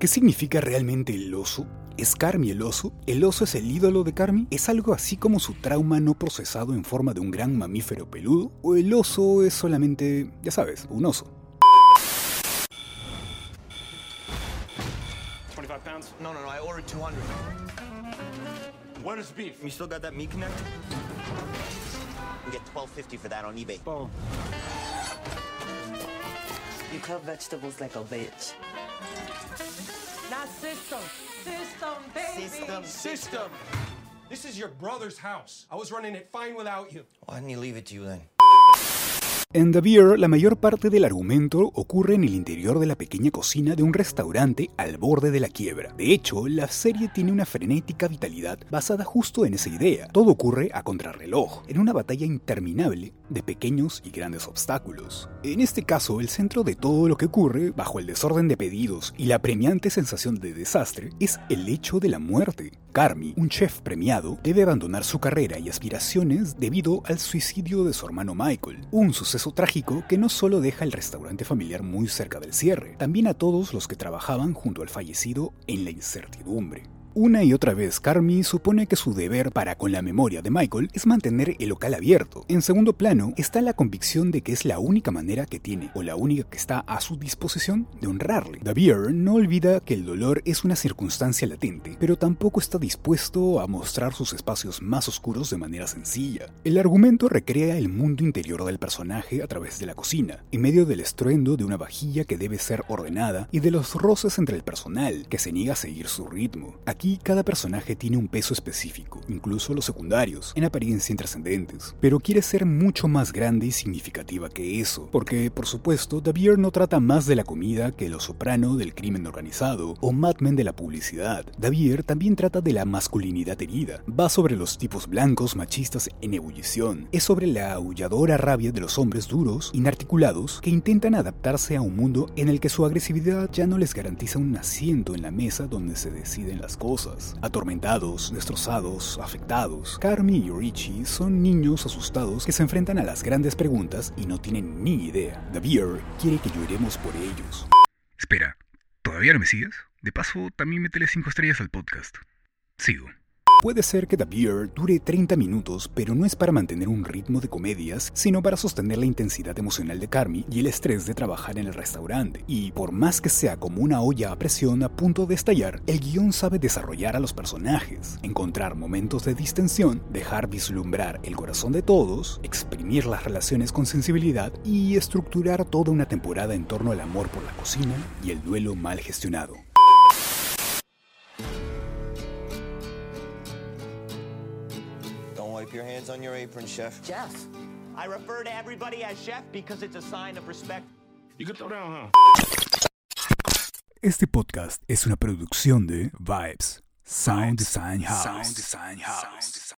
¿Qué significa realmente el oso? ¿Es Carmy el oso? ¿El oso es el ídolo de Carmy? ¿Es algo así como su trauma no procesado en forma de un gran mamífero peludo? ¿O el oso es solamente, ya sabes, un oso? 25 pounds? No, I ordered 200. Where's beef? You still got that meat connect? You get $12.50 for that on eBay. Boom. You cut vegetables like a bitch. Not system. System, baby. System. This is your brother's house. I was running it fine without you. Why didn't he leave it to you then? En The Bear, la mayor parte del argumento ocurre en el interior de la pequeña cocina de un restaurante al borde de la quiebra. De hecho, la serie tiene una frenética vitalidad basada justo en esa idea. Todo ocurre a contrarreloj, en una batalla interminable de pequeños y grandes obstáculos. En este caso, el centro de todo lo que ocurre, bajo el desorden de pedidos y la apremiante sensación de desastre, es el hecho de la muerte. Carmy, un chef premiado, debe abandonar su carrera y aspiraciones debido al suicidio de su hermano Michael. Un suceso trágico que no solo deja el restaurante familiar muy cerca del cierre, también a todos los que trabajaban junto al fallecido en la incertidumbre. Una y otra vez, Carmy supone que su deber para con la memoria de Michael es mantener el local abierto. En segundo plano está la convicción de que es la única manera que tiene, o la única que está a su disposición, de honrarle. The Bear no olvida que el dolor es una circunstancia latente, pero tampoco está dispuesto a mostrar sus espacios más oscuros de manera sencilla. El argumento recrea el mundo interior del personaje a través de la cocina, en medio del estruendo de una vajilla que debe ser ordenada y de los roces entre el personal, que se niega a seguir su ritmo. Aquí cada personaje tiene un peso específico, incluso los secundarios, en apariencia intrascendentes, pero quiere ser mucho más grande y significativa que eso, porque, por supuesto, The Bear no trata más de la comida que Los Soprano del crimen organizado o Mad Men de la publicidad. The Bear también trata de la masculinidad herida, va sobre los tipos blancos machistas en ebullición, es sobre la aulladora rabia de los hombres duros, inarticulados, que intentan adaptarse a un mundo en el que su agresividad ya no les garantiza un asiento en la mesa donde se deciden las cosas. Atormentados, destrozados, afectados, Carmy y Richie son niños asustados que se enfrentan a las grandes preguntas y no tienen ni idea. The Bear quiere que lloremos por ellos. Espera, ¿todavía no me sigues? De paso, también métele 5 estrellas al podcast. Sigo. Puede ser que The Bear dure 30 minutos, pero no es para mantener un ritmo de comedias, sino para sostener la intensidad emocional de Carmy y el estrés de trabajar en el restaurante. Y por más que sea como una olla a presión a punto de estallar, el guión sabe desarrollar a los personajes, encontrar momentos de distensión, dejar vislumbrar el corazón de todos, exprimir las relaciones con sensibilidad y estructurar toda una temporada en torno al amor por la cocina y el duelo mal gestionado. Wipe your hands on your apron, chef. Jeff. I refer to everybody as chef because it's a sign of respect. You can throw down, huh? Este podcast es una producción de Vibes Sound Design House.